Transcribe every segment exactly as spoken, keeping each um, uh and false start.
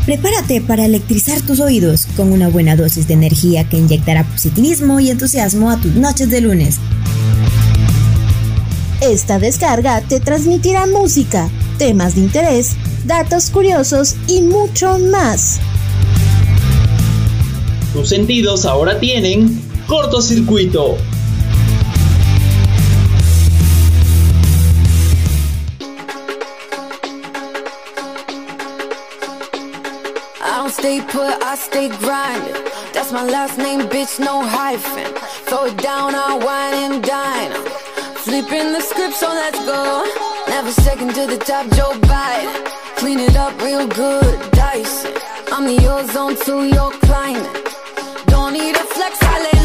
Prepárate para electrizar tus oídos con una buena dosis de energía que inyectará positivismo y entusiasmo a tus noches de lunes. Esta descarga te transmitirá música, temas de interés, datos curiosos y mucho más. Tus sentidos ahora tienen cortocircuito. Stay put, I stay grinding. That's my last name, bitch, no hyphen. Throw it down, I wine and dine. Flipping the script, so let's go. Never second to the top, Joe Biden. Clean it up real good, dice it. I'm the ozone to your climate. Don't need a flex, I lay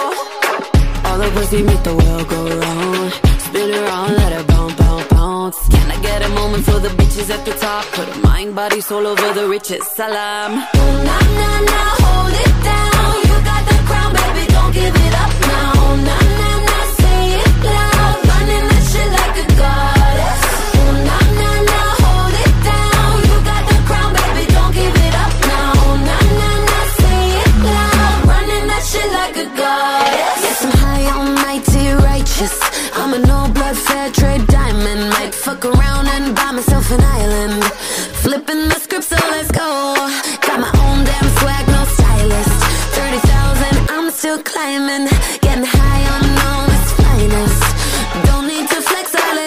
low. All the pussy make the world go round. Spin around, let it bounce, bounce, bounce. Can I get a moment for the bitches at the top? Put a mind, body, soul over the riches. Salam. Ooh, nah, nah, nah, hold it down. You got the crown, baby, don't give it up now. Nah, nah, nah, say it loud. Running that shit like a goddess. Ooh, nah, nah, nah, hold it down. You got the crown, baby, don't give it up now. Nah, nah, nah, say it loud. Running that shit like a goddess. Yes, I'm high on mighty righteous. I'm a no-blood fair trade diamond. Might fuck around and buy myself an island. Flipping the script, so let's go. Got my own damn swag, no stylist. thirty thousand, I'm still climbing. Getting high on all its finest. Don't need to flex, I lay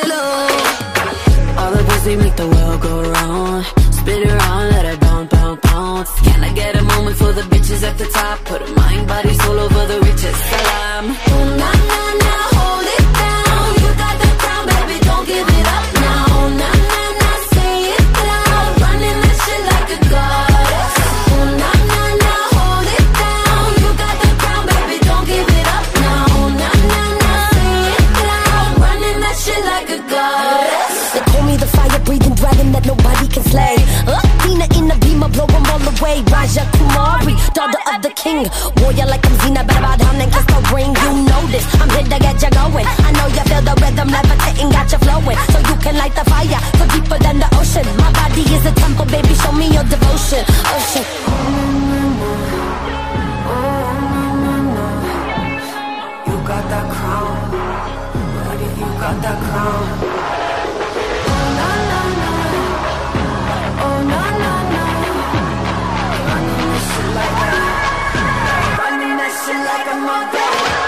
low. All the pussy make the world go round. Spin around, let it bounce, bounce, bounce. Can I get a moment for the bitches at the top? Put a mind, body, soul over the riches. Salam. Ooh, nah, nah, nah, hold it down. You got the crown, baby, don't give it up now. Nah, nah, nah, say it loud. Running that shit like a goddess. Ooh, nah, nah, nah, hold it down. You got the crown, baby, don't give it up now. Nah, nah, nah, say it loud. Running that shit like a goddess. They call me the fire-breathing dragon that nobody can slay. Latina in the beamer, blow them all away. Raja Kumari, daughter of the king. Warrior like I'm Zena, better bow down and kiss the ring. You know this, I'm here to get you going. I know you feel the rhythm, levitating, got you flowing. So you can light the fire, so deeper than the ocean. My body is a temple, baby, show me your devotion. Ocean. You got that crown, buddy, you got that crown. Oh, no, no, no. Oh, no, no, no. Running this shit like that. Running that shit like a mother.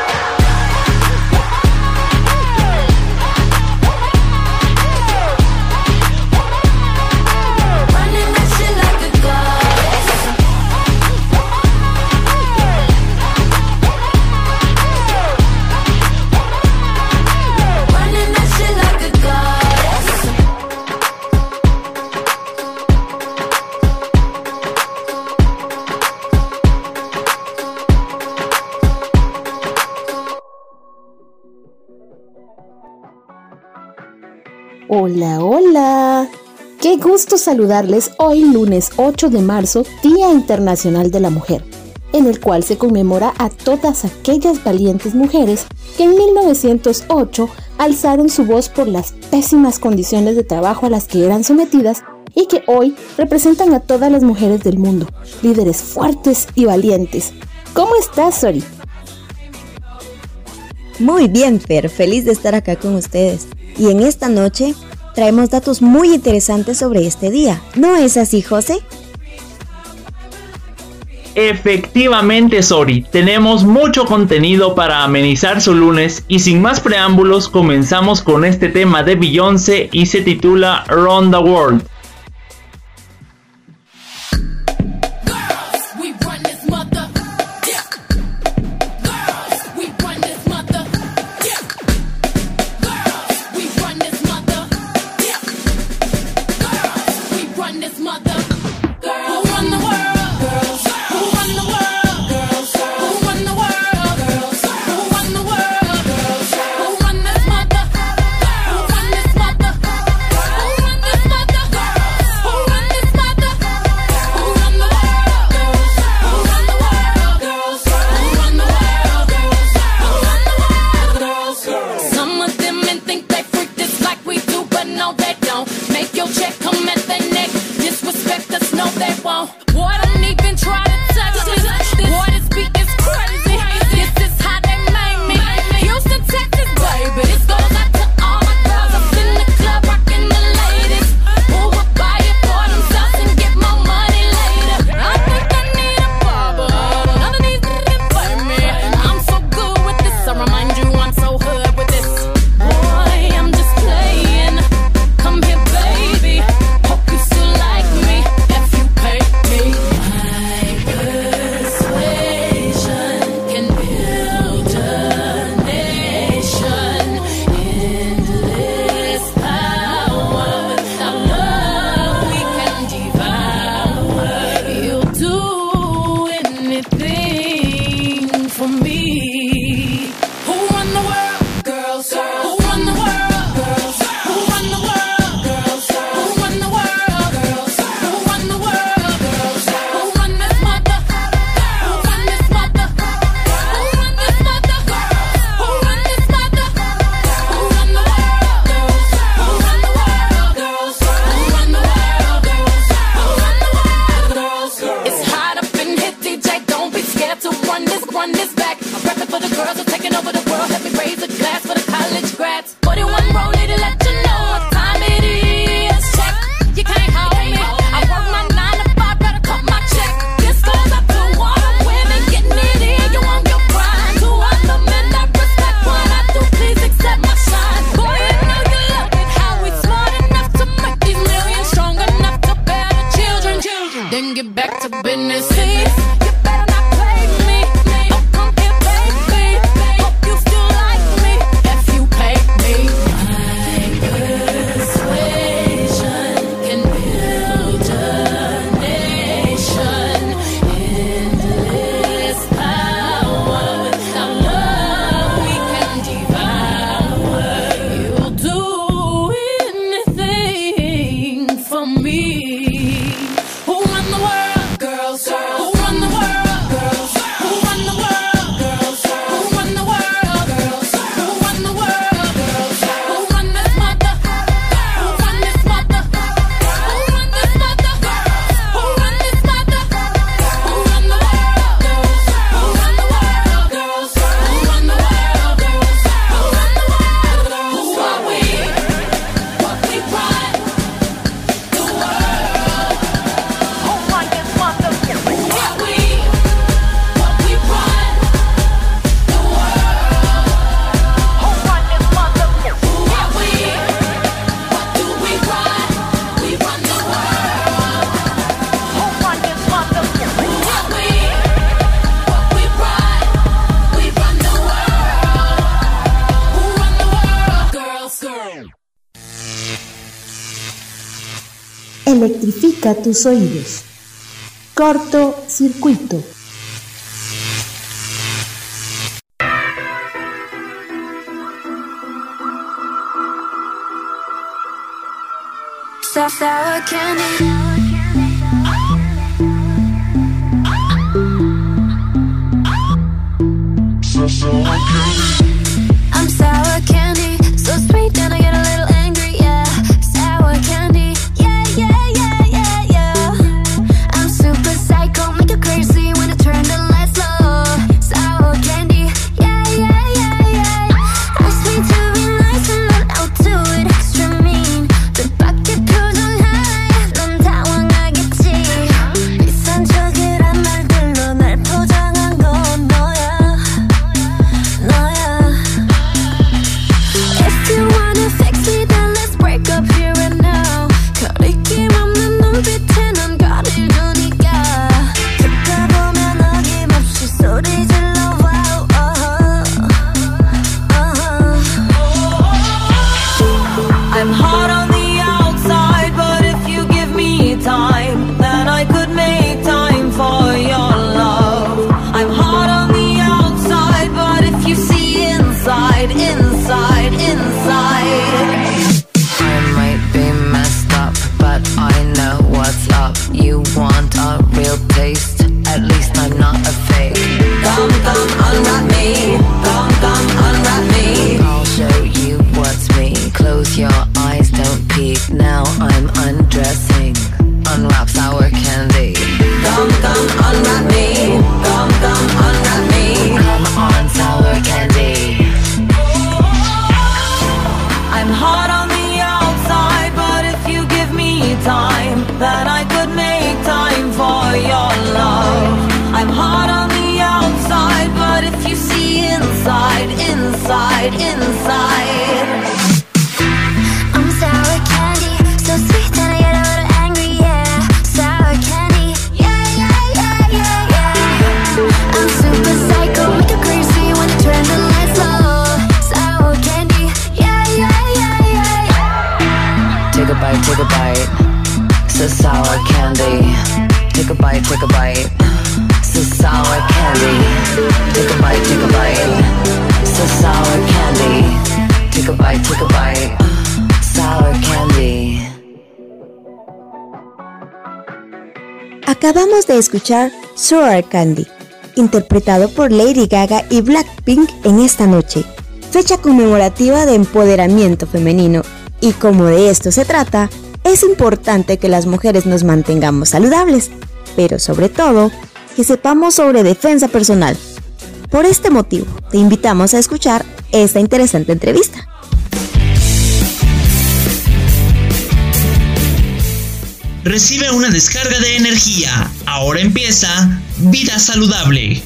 Running that shit like a goddess. Running that shit like a goddess. Hola, hola. Qué gusto saludarles hoy lunes ocho de marzo, Día Internacional de la Mujer, en el cual se conmemora a todas aquellas valientes mujeres que en mil novecientos ocho alzaron su voz por las pésimas condiciones de trabajo a las que eran sometidas y que hoy representan a todas las mujeres del mundo, líderes fuertes y valientes. ¿Cómo estás, Sori? Muy bien, Fer, feliz de estar acá con ustedes. Y en esta noche traemos datos muy interesantes sobre este día. ¿No es así, José? Efectivamente, Sori, tenemos mucho contenido para amenizar su lunes y sin más preámbulos comenzamos con este tema de Beyoncé y se titula Around the World. Check come at their neck, disrespect make us know they won't. Boy, don't even try to touch this. Boy, this beat is crazy. This is how they made me. Houston, Texas, baby. This goes out to all my girls up in the club, rocking the ladies. Who would buy it for themselves and get more money later? I think I need a barber. None of these niggas buy me. I'm so good with this. I remind you I'm so hood with this. Boy, I'm just playing. Come here, baby. Hope you still like me if you pay me. My persuasion can build a nation. Endless power. Without love, we can devour. You'll do anything for me. Who run the world? Girls. Who run the world? Girls. Who run the world? Girls. Who run the world? Girls. Who run the world? Girls. Who run this mother? Who run this mother? Who run this mother? Who run this mother? Who run the world? Girls. Who run the world? Girls. Who run the world? Girls. Who run the world? Girls. It's hot up in here, D J. Don't be scared to run this, run this back. I'm repping for the girls who are taking over the world. Let me raise a glass for the college grads. forty-one rolling to let you know what time it is. Check, you can't hold me. I work my nine to five, better cut my check. This goes up to all the women getting it in. You want your grind. To all the men that respect what I do, please accept my shine. Boy, you know you love it. How we smart enough to make these millions, strong enough to bear the children. Then get back to business. Please, you better not play me. Oh, come here, baby. Hope you still like me if you pay me. My persuasion can build a nation. Endless power. Without love, we can devour. You'll do anything for me. Who run the world? Girls. Who run the world? Girls. Who run the world? Girls. Who run the world? Girls. Who run the world? Girls. Who run this mother? Who run this mother? Who run this mother? Who run this mother? Who run the world? Girls. Who run the world? Girls. Who run the world? Girls. Who run the world? Who are we? What we run? The world. Who run this mother? Who are we? What we run? The world. Who run this mother? Who are we? What do we run? We run the world. Who run this mother? Who are we? What we run? We run the world. Who run the world? Girls, girls. Electrifica tus oídos. Corto circuito. Sour, sour candy. I'm sour candy, so sweet and I get a little angry, yeah. Sour candy, yeah, yeah, yeah, yeah, yeah. I'm super psycho, make you crazy when I turn the lights low. Sour candy, yeah, yeah, yeah, yeah. Ask me to be nice and then I'll do it extra mean. The bucket pulls on high, 넌 당황하겠지. 비싼 척이란 말들로 날 포장한 건 너야, 너야. If you wanna fix me, then let's break up here and now. 거리낌 없는 눈빛에 넌 거리를 두니까. 듣다 보면 어김없이 소리 질러. Wow, uh-huh, uh-huh. I'm hot on the outside, but if you give me time, then I could make time for your love. I'm hot on the outside, but if you see inside, inside, inside, I might be messed up, but I know what's up. You want a real taste? At least I'm not a fake. come, come, unwrap me. Come, come, unwrap me. I'll show you what's me. Close your eyes, don't peek. Now I'm undressing. Unwrap sour come unwrap me. Come, come unwrap me. Come on, sour candy. I'm hot on the outside, but if you give me time, then I could make time for your love. I'm hot on the outside, but if you see inside, inside, inside. I'm sour candy, so sweet that I get a little angry, yeah. Sour candy, yeah, yeah, yeah, yeah, yeah. I'm super psycho, make you crazy when I turn the lights low. Sour candy, yeah, yeah, yeah, yeah, yeah. Take a bite, take a bite. It's a sour candy. Take a bite, take a bite. It's a sour candy. Take a bite, take a bite. It's a sour candy. Take a bite, take a bite. Sour candy. Acabamos de escuchar Sour Candy, interpretado por Lady Gaga y Blackpink en esta noche, fecha conmemorativa de empoderamiento femenino, y como de esto se trata, es importante que las mujeres nos mantengamos saludables, pero sobre todo, que sepamos sobre defensa personal. Por este motivo, te invitamos a escuchar esta interesante entrevista. Recibe una descarga de energía. Ahora empieza Vida Saludable.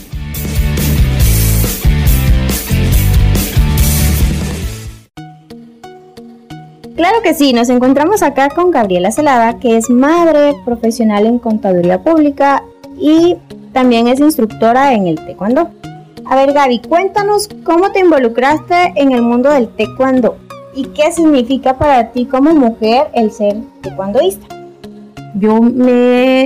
Claro que sí, nos encontramos acá con Gabriela Celada, que es madre profesional en contaduría pública y también es instructora en el taekwondo. A ver, Gaby, cuéntanos cómo te involucraste en el mundo del taekwondo y qué significa para ti como mujer el ser taekwondoísta. Yo me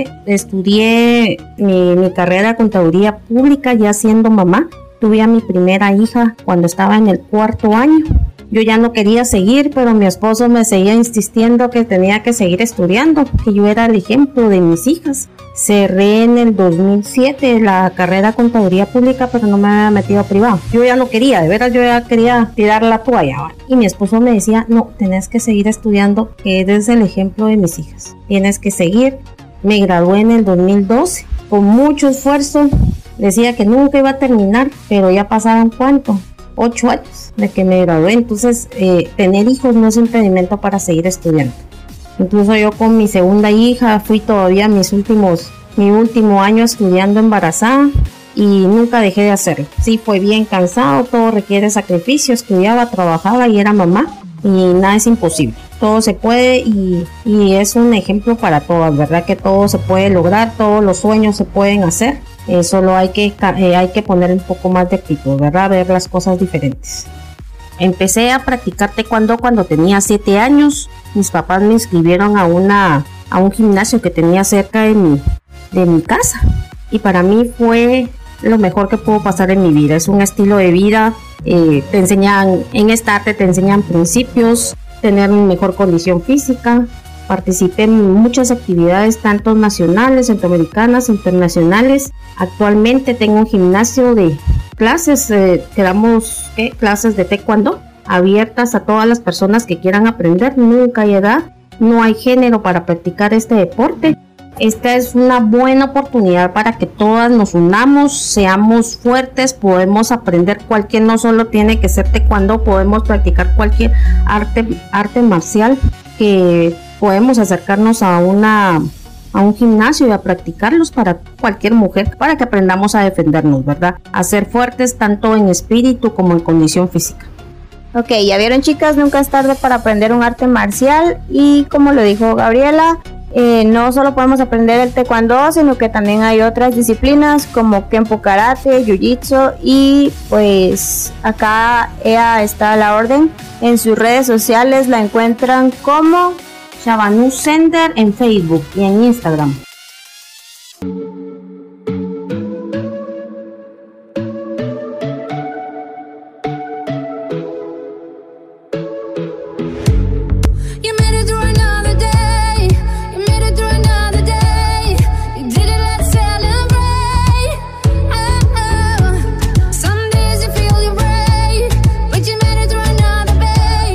estudié mi, mi carrera de contaduría pública ya siendo mamá. Tuve a mi primera hija cuando estaba en el cuarto año. Yo ya no quería seguir, pero mi esposo me seguía insistiendo que tenía que seguir estudiando, que yo era el ejemplo de mis hijas. Cerré en el dos mil siete la carrera de contaduría pública, pero no me había metido a privado. Yo ya no quería, de veras yo ya quería tirar la toalla. Y mi esposo me decía, no, tenés que seguir estudiando, que eres el ejemplo de mis hijas. Tienes que seguir. Me gradué en el dos mil doce, con mucho esfuerzo. Decía que nunca iba a terminar, pero ya pasaron ¿cuánto? Ocho años de que me gradué. Entonces eh, tener hijos no es impedimento para seguir estudiando. Incluso yo con mi segunda hija fui todavía mis últimos, mi último año estudiando embarazada y nunca dejé de hacerlo. Sí, fue bien cansado, todo requiere sacrificio, estudiaba, trabajaba y era mamá y nada es imposible. Todo se puede y, y es un ejemplo para todas, ¿verdad? Que todo se puede lograr, todos los sueños se pueden hacer. Eh, solo hay que, eh, hay que poner un poco más de actitud, ¿verdad? Ver las cosas diferentes. Empecé a practicar taekwondo cuando tenía siete años. Mis papás me inscribieron a, una, a un gimnasio que tenía cerca de mi, de mi casa. Y para mí fue lo mejor que pudo pasar en mi vida. Es un estilo de vida. Eh, te enseñan, en esta arte te enseñan principios, tener una mejor condición física. Participé en muchas actividades, tanto nacionales, centroamericanas, internacionales. Actualmente tengo un gimnasio de clases, eh, que damos ¿qué? clases de taekwondo abiertas a todas las personas que quieran aprender. Nunca hay edad, no hay género para practicar este deporte. Esta es una buena oportunidad para que todas nos unamos, seamos fuertes, podemos aprender cualquier, no solo tiene que ser taekwondo, podemos practicar cualquier arte, arte marcial, que podemos acercarnos a una a un gimnasio y a practicarlos para cualquier mujer, para que aprendamos a defendernos, ¿verdad? A ser fuertes tanto en espíritu como en condición física. Ok, ya vieron, chicas, nunca es tarde para aprender un arte marcial y como lo dijo Gabriela, eh, no solo podemos aprender el taekwondo, sino que también hay otras disciplinas como Kenpo Karate, Jiu-Jitsu y pues acá ella está a la orden. En sus redes sociales la encuentran como Shabanu Sender en Facebook y en Instagram.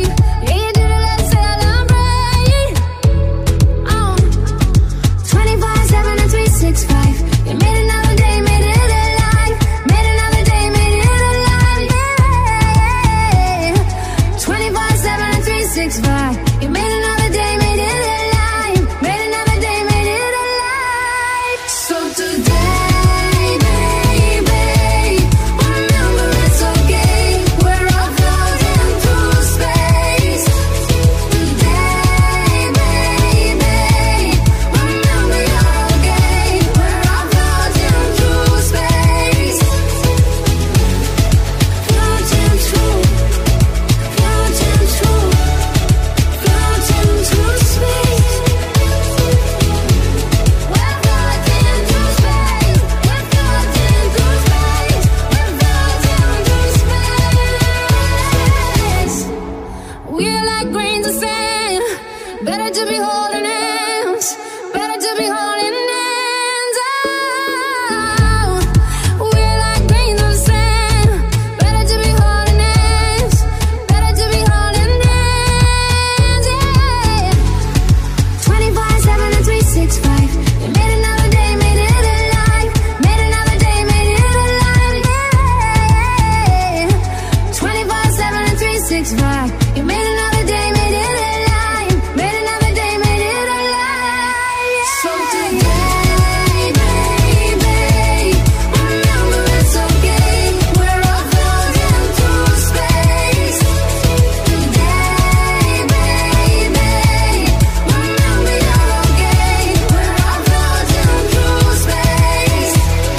twenty-five be holding hands, better to be holding hands. Oh, we're like grains of sand, better to be holding hands, better to be holding hands, yeah. twenty-four seven and three sixty-five, we made another day, made it alive, made another day, made it alive, yeah. twenty-four seven and three sixty-five, you made another day, made it alive, made another day, made it alive. So today, baby, remember it's okay. We're all floating through space. Today, baby, remember you're okay. We're all floating through space.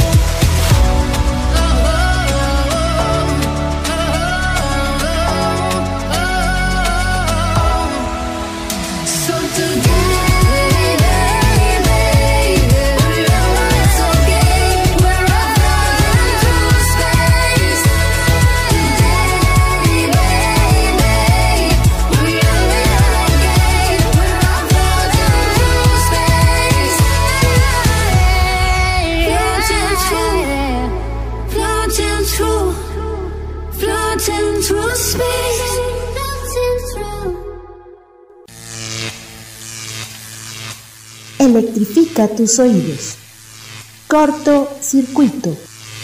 So today, baby, remember it's okay. We're all floating through space. Today, baby, remember you're okay. We're all floating through space. Floating through, floating through space. Floating through. Electrifica tus oídos. Corto circuito.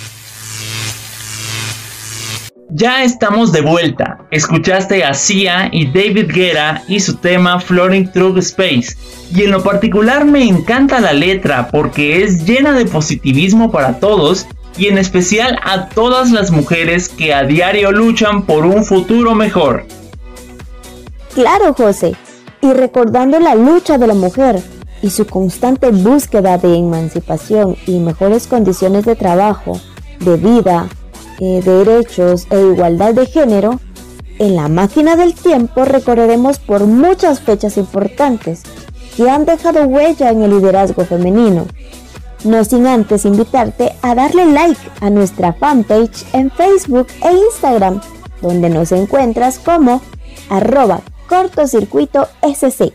Ya estamos de vuelta. Escuchaste a Sia y David Guetta y su tema Floating Through Space. Y en lo particular me encanta la letra porque es llena de positivismo para todos y en especial a todas las mujeres que a diario luchan por un futuro mejor. Claro, José, y recordando la lucha de la mujer y su constante búsqueda de emancipación y mejores condiciones de trabajo, de vida, eh, derechos e igualdad de género, en la máquina del tiempo recorreremos por muchas fechas importantes que han dejado huella en el liderazgo femenino. No sin antes invitarte a darle like a nuestra fanpage en Facebook e Instagram, donde nos encuentras como arroba cortocircuito sc.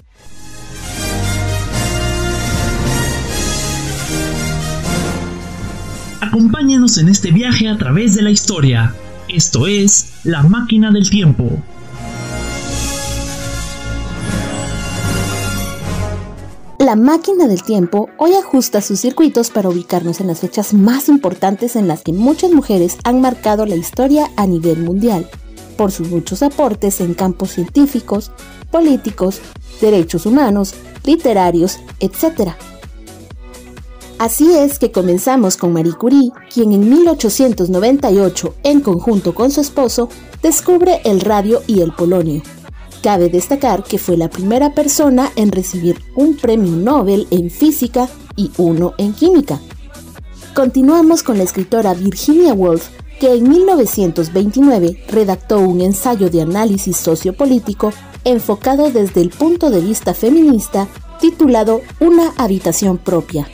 Acompáñanos en este viaje a través de la historia. Esto es La Máquina del Tiempo. La máquina del tiempo hoy ajusta sus circuitos para ubicarnos en las fechas más importantes en las que muchas mujeres han marcado la historia a nivel mundial, por sus muchos aportes en campos científicos, políticos, derechos humanos, literarios, etcétera. Así es que comenzamos con Marie Curie, quien en mil ochocientos noventa y ocho, en conjunto con su esposo, descubre el radio y el polonio. Cabe destacar que fue la primera persona en recibir un premio Nobel en física y uno en química. Continuamos con la escritora Virginia Woolf, que en mil novecientos veintinueve redactó un ensayo de análisis sociopolítico enfocado desde el punto de vista feminista, titulado Una habitación propia.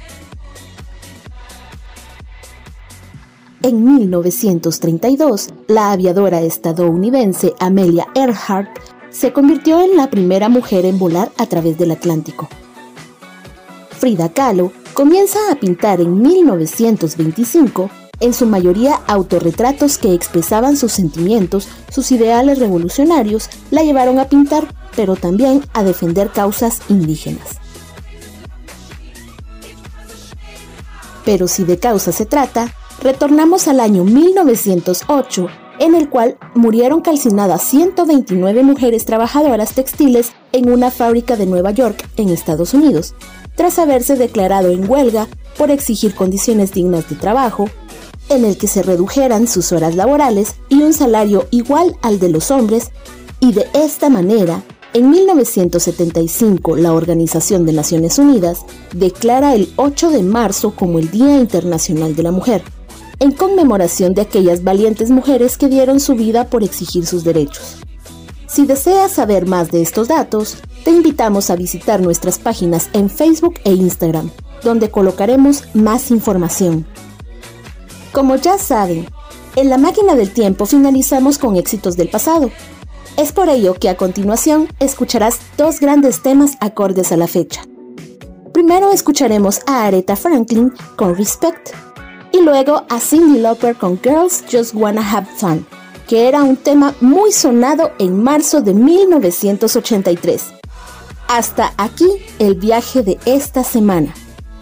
En mil novecientos treinta y dos, la aviadora estadounidense Amelia Earhart se convirtió en la primera mujer en volar a través del Atlántico. Frida Kahlo comienza a pintar en mil novecientos veinticinco, en su mayoría autorretratos que expresaban sus sentimientos, sus ideales revolucionarios la llevaron a pintar, pero también a defender causas indígenas. Pero si de causas se trata, retornamos al año mil novecientos ocho, en el cual murieron calcinadas ciento veintinueve mujeres trabajadoras textiles en una fábrica de Nueva York, en Estados Unidos, tras haberse declarado en huelga por exigir condiciones dignas de trabajo, en el que se redujeran sus horas laborales y un salario igual al de los hombres, y de esta manera, en mil novecientos setenta y cinco, la Organización de Naciones Unidas declara el ocho de marzo como el Día Internacional de la Mujer, en conmemoración de aquellas valientes mujeres que dieron su vida por exigir sus derechos. Si deseas saber más de estos datos, te invitamos a visitar nuestras páginas en Facebook e Instagram, donde colocaremos más información. Como ya saben, en La Máquina del Tiempo finalizamos con éxitos del pasado. Es por ello que a continuación escucharás dos grandes temas acordes a la fecha. Primero escucharemos a Aretha Franklin con Respect y luego a Cyndi Lauper con Girls Just Wanna Have Fun, que era un tema muy sonado en marzo de mil novecientos ochenta y tres. Hasta aquí el viaje de esta semana.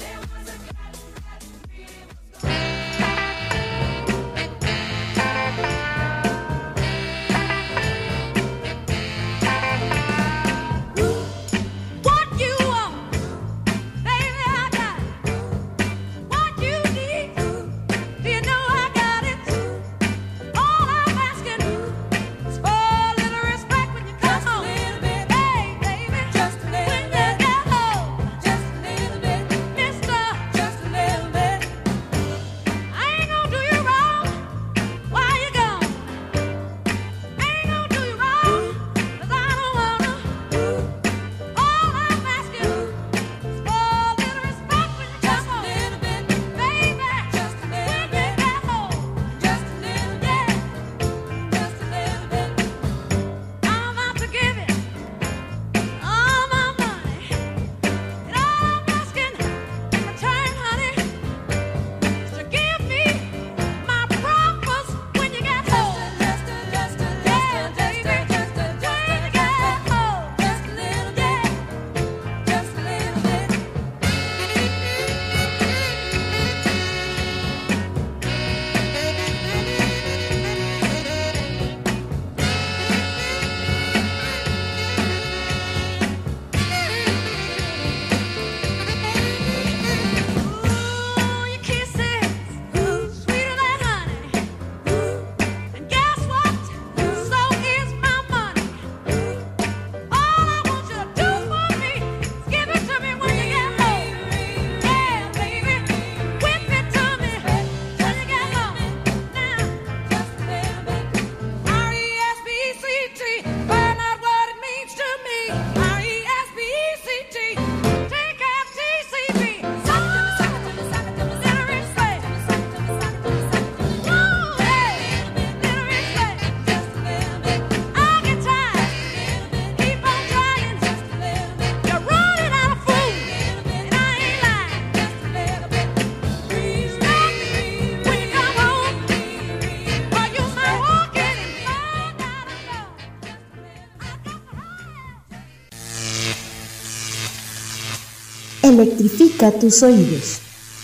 Electrifica tus oídos.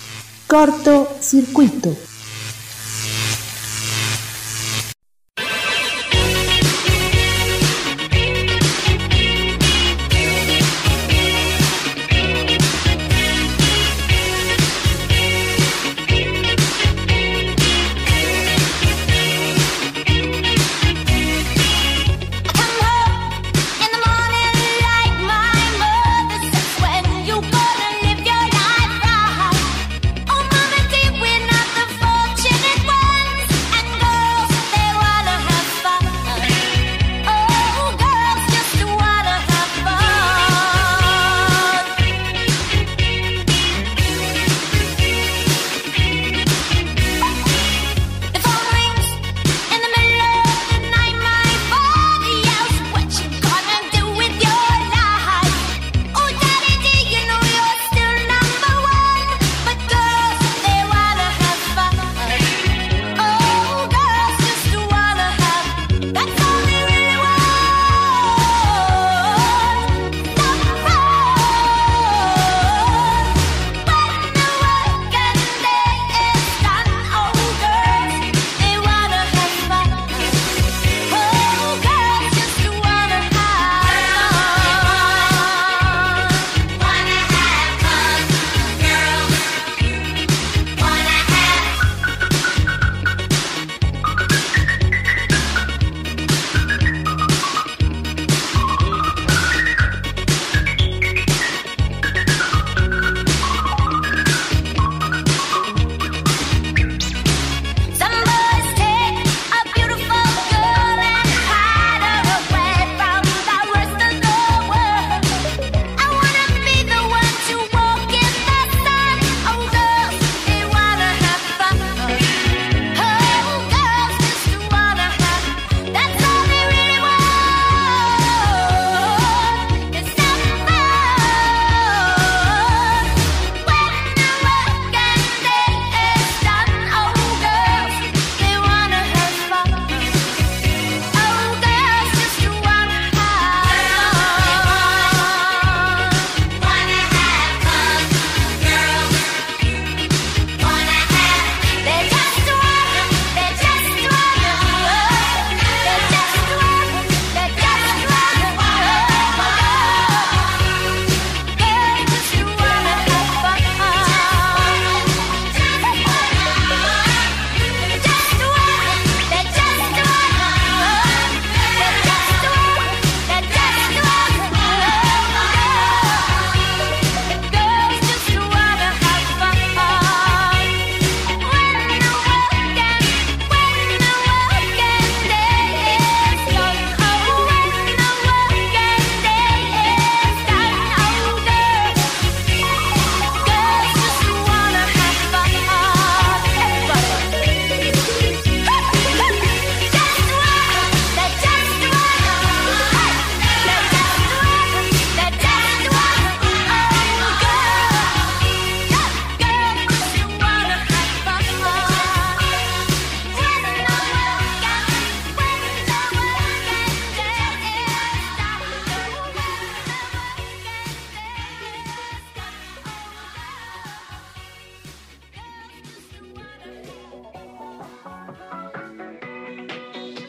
Corto circuito. When you gonna live your life right? Oh, mama, deep, we're not the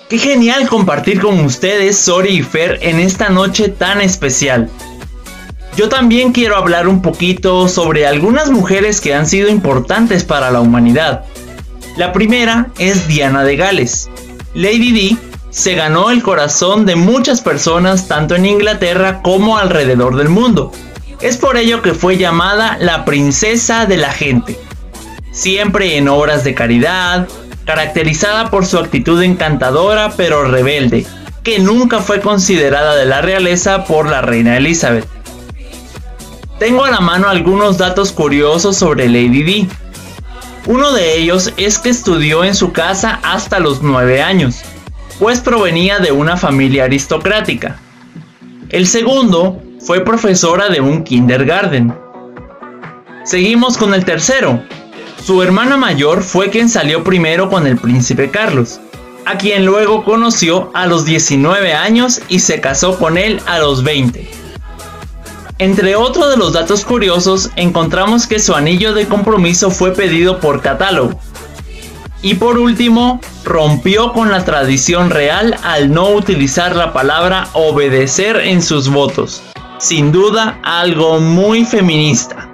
Qué genial compartir con ustedes, Sori y Fer, en esta noche tan especial. Yo también quiero hablar un poquito sobre algunas mujeres que han sido importantes para la humanidad. La primera es Diana de Gales. Lady Di se ganó el corazón de muchas personas tanto en Inglaterra como alrededor del mundo. Es por ello que fue llamada la princesa de la gente. Siempre en obras de caridad, caracterizada por su actitud encantadora pero rebelde, que nunca fue considerada de la realeza por la reina Elizabeth. Tengo a la mano algunos datos curiosos sobre Lady Di. Uno de ellos es que estudió en su casa hasta los nueve años, pues provenía de una familia aristocrática. El segundo fue profesora de un kindergarten. Seguimos con el tercero. Su hermana mayor fue quien salió primero con el príncipe Carlos, a quien luego conoció a los diecinueve años y se casó con él a los veinte. Entre otros de los datos curiosos, encontramos que su anillo de compromiso fue pedido por catálogo. Y por último, rompió con la tradición real al no utilizar la palabra obedecer en sus votos. Sin duda, algo muy feminista.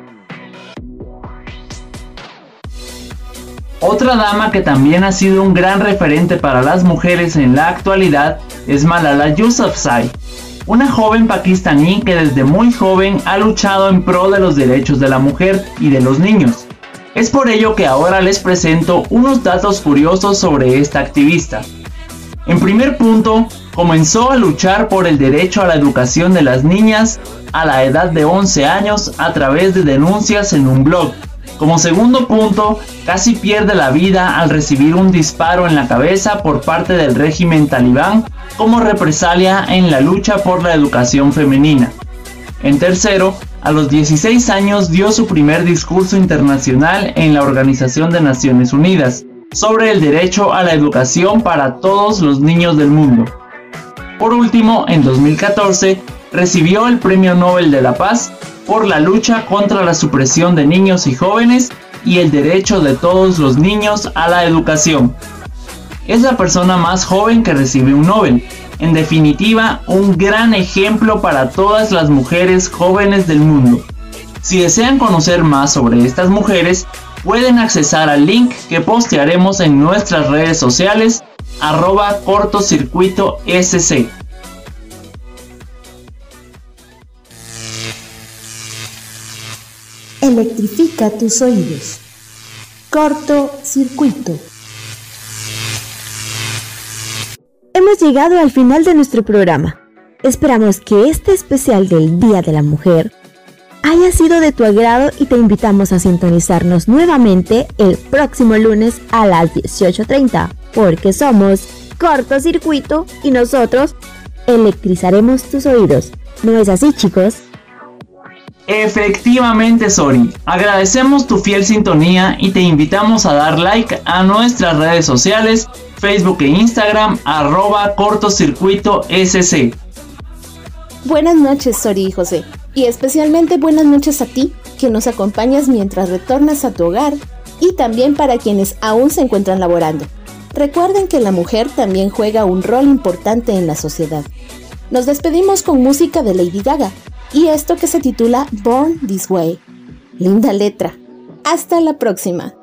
Otra dama que también ha sido un gran referente para las mujeres en la actualidad es Malala Yousafzai, una joven pakistaní que desde muy joven ha luchado en pro de los derechos de la mujer y de los niños. Es por ello que ahora les presento unos datos curiosos sobre esta activista. En primer punto, comenzó a luchar por el derecho a la educación de las niñas a la edad de once años a través de denuncias en un blog. Como segundo punto, casi pierde la vida al recibir un disparo en la cabeza por parte del régimen talibán como represalia en la lucha por la educación femenina. En tercero, a los dieciséis años dio su primer discurso internacional en la Organización de Naciones Unidas sobre el derecho a la educación para todos los niños del mundo. Por último, en dos mil catorce, recibió el Premio Nobel de la Paz por la lucha contra la supresión de niños y jóvenes y el derecho de todos los niños a la educación. Es la persona más joven que recibe un Nobel. En definitiva, un gran ejemplo para todas las mujeres jóvenes del mundo. Si desean conocer más sobre estas mujeres, pueden accesar al link que postearemos en nuestras redes sociales, arroba cortocircuito sc. Electrifica tus oídos. Cortocircuito. Hemos llegado al final de nuestro programa. Esperamos que este especial del Día de la Mujer haya sido de tu agrado y te invitamos a sintonizarnos nuevamente el próximo lunes a las dieciocho treinta, porque somos Cortocircuito y nosotros electrizaremos tus oídos. ¿No es así, chicos? Efectivamente, Sori. Agradecemos tu fiel sintonía y te invitamos a dar like a nuestras redes sociales, Facebook e Instagram, arroba cortocircuito sc. Buenas noches, Sori y José. Y especialmente buenas noches a ti, que nos acompañas mientras retornas a tu hogar, y también para quienes aún se encuentran laborando. Recuerden que la mujer también juega un rol importante en la sociedad. Nos despedimos con música de Lady Gaga, y esto que se titula Born This Way. Linda letra. Hasta la próxima.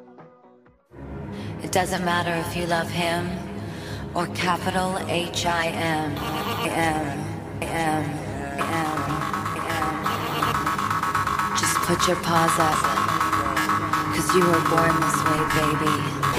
It doesn't matter if you love him or capital H I M M M M M. Just put your paws up, 'cause you were born this way, baby.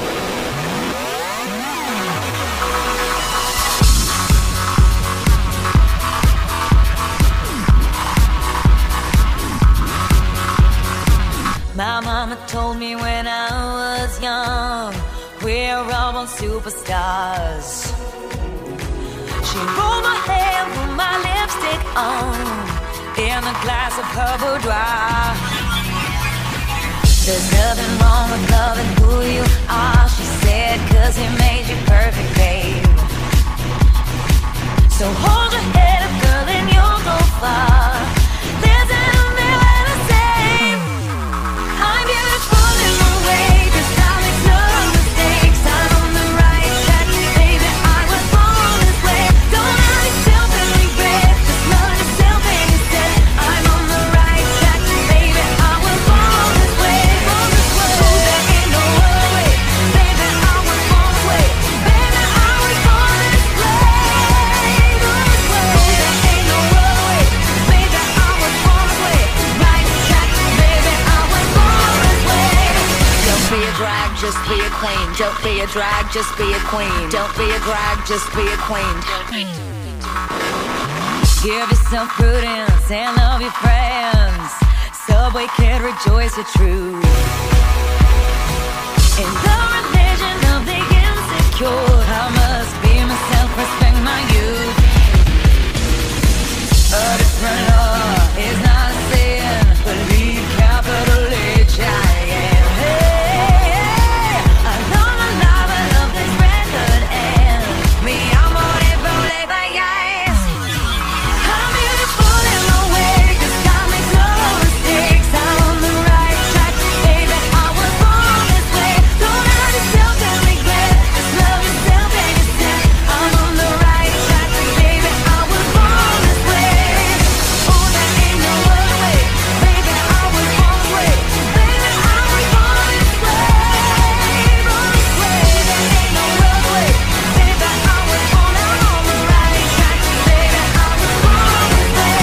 My mama told me when I was young, we're all born superstars. She rolled my hair, put my lipstick on, in a glass of her boudoir. There's nothing wrong with loving who you are, she said, 'cause he made you perfect, babe. So hold your head up, girl, and you'll go far. There's an I just be a queen. Don't be a drag, just be a queen. Don't be a drag, just be a queen. Give yourself prudence and love your friends. Subway kid, rejoice your truth. In the religion of the insecure, I must be myself, respect my youth. A different law is not a sin. Believe capital H I am. Hey, hey, I love my life, I love this record and me, I'm on it from late by guys. I'm beautiful in my way, cause God makes no mistakes. I'm on the right track, baby, I was born this way. Don't hurt yourself and regret, just love yourself and you're set. I'm on the right track, baby, I was born this way. Oh, there ain't no other way, baby, I was born this way. Baby, I was born this way, born this way. There ain't no other way, baby, I was born, I'm on the right track, baby, I was born this way.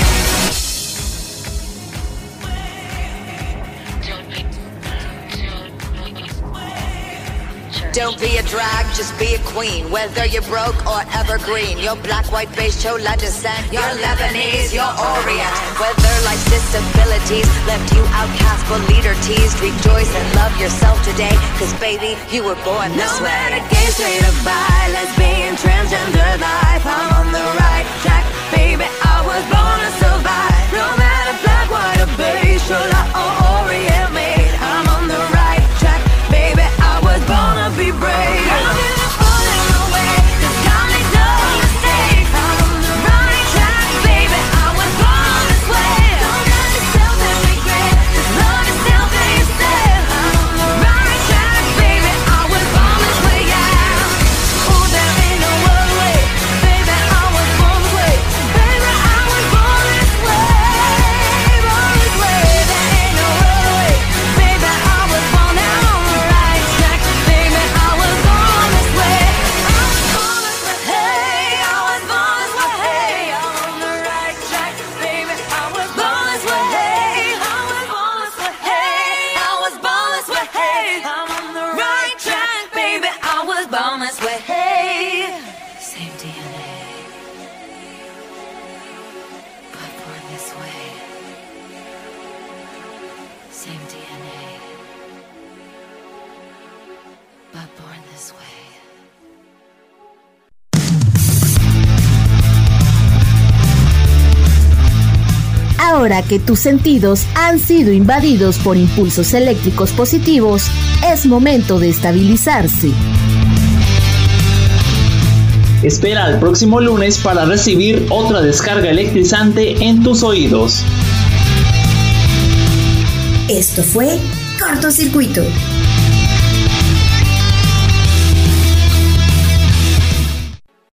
Don't be a drag, just be a queen. Whether you're broke or evergreen, your black, white, beige, chola descent, you're Lebanese, you're Orient. Whether life's disabilities left you outcast but leader teased, rejoice and love yourself today, cause baby, you were born this No way. matter gay, straight or bi, lesbian, transgender life, I'm on the right track, baby, I was born to survive. No matter black, white or beige, chola or Orient made, I'm on the right track, baby, I was born to be brave. I'm beautiful in my way, cause God makes no mistakes. I'm on the right track, baby, I was born this way. Don't hurt yourself and regret, just love yourself and yourself. I'm on the right track, baby, I was born this way, yeah. Oh, there ain't no other way, baby, I was born this way. Baby, I was born this way, born this way. There ain't no other way, baby, I was born, I'm on the right track, baby, I was born this way. I was born this way, hey, I was born this way, hey, I'm on the right track, baby, I was born this way, hey, I was born this way, hey, I was born this way, hey, I'm on the right track, baby, I was born this way, hey. Same D N A, but born this way. Same D N A, but born this way. Ahora que tus sentidos han sido invadidos por impulsos eléctricos positivos, es momento de estabilizarse. Espera al próximo lunes para recibir otra descarga electrizante en tus oídos. Esto fue Cortocircuito.